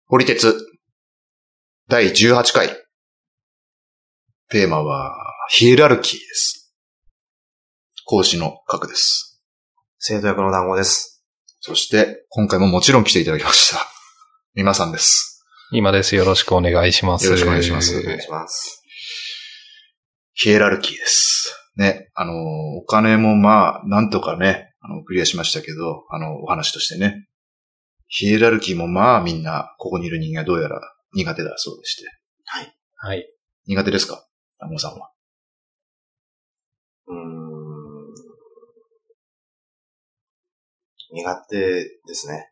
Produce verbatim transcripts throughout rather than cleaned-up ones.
ホリテツだいじゅうはちかい。テーマはヒエラルキーです。講師の核です。 生徒役の団子です。 そして今回ももちろん来ていただきました。みまさんです。 今です。よろしくお願いします。 よろしくお願いします。 お願いします。 ヒエラルキーです。ね、あの、お金もまあ、なんとかね、あの、クリアしましたけど、あの、お話としてね。ヒエラルキーもまあみんな、ここにいる人間はどうやら苦手だそうでして。 はい。 はい。 苦手ですか？団子さんは。 うーん。苦手ですね。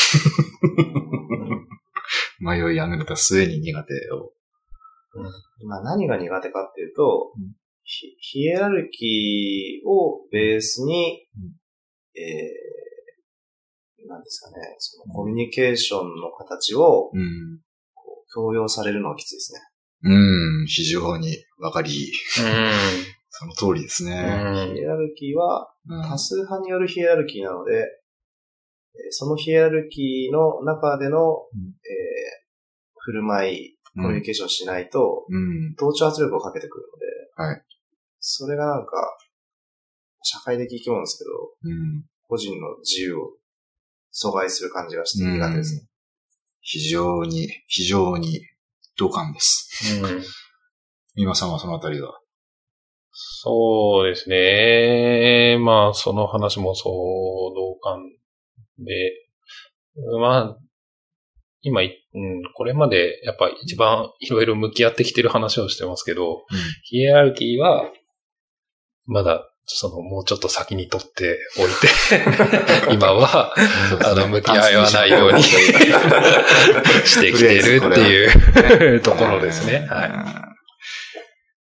迷いあぐれた末に苦手を。 うん、今何が苦手かっていうと、うん、ヒ, ヒエラルキーをベースに、うん、えー、なんですかね、そのコミュニケーションの形を、うん、こう強要されるのはきついですね。 うん、非常にわかり、うん、その通りですね。 ヒエラルキーは多数派によるヒエラルキーなので、うん、そのヒエラルキーの中での、うん、えー、振る舞い、コミュニケーションしないと、うん、同調圧力をかけてくるので、はい、それがなんか、社会的生き物ですけど、うん、個人の自由を阻害する感じがして苦手ですね、うん。 非常に、非常に同感です。うん。三輪さんはそのあたりは？ そうですね。まあ、その話もそう、同感で、まあ、今、うん、これまでやっぱ一番いろいろ向き合ってきてる話をしてますけど、うん、ヒエラルキーは、まだ、その、もうちょっと先に取っておいて、今は、ね、あの、向き合わないようにしてきてるっていうところですね。はい。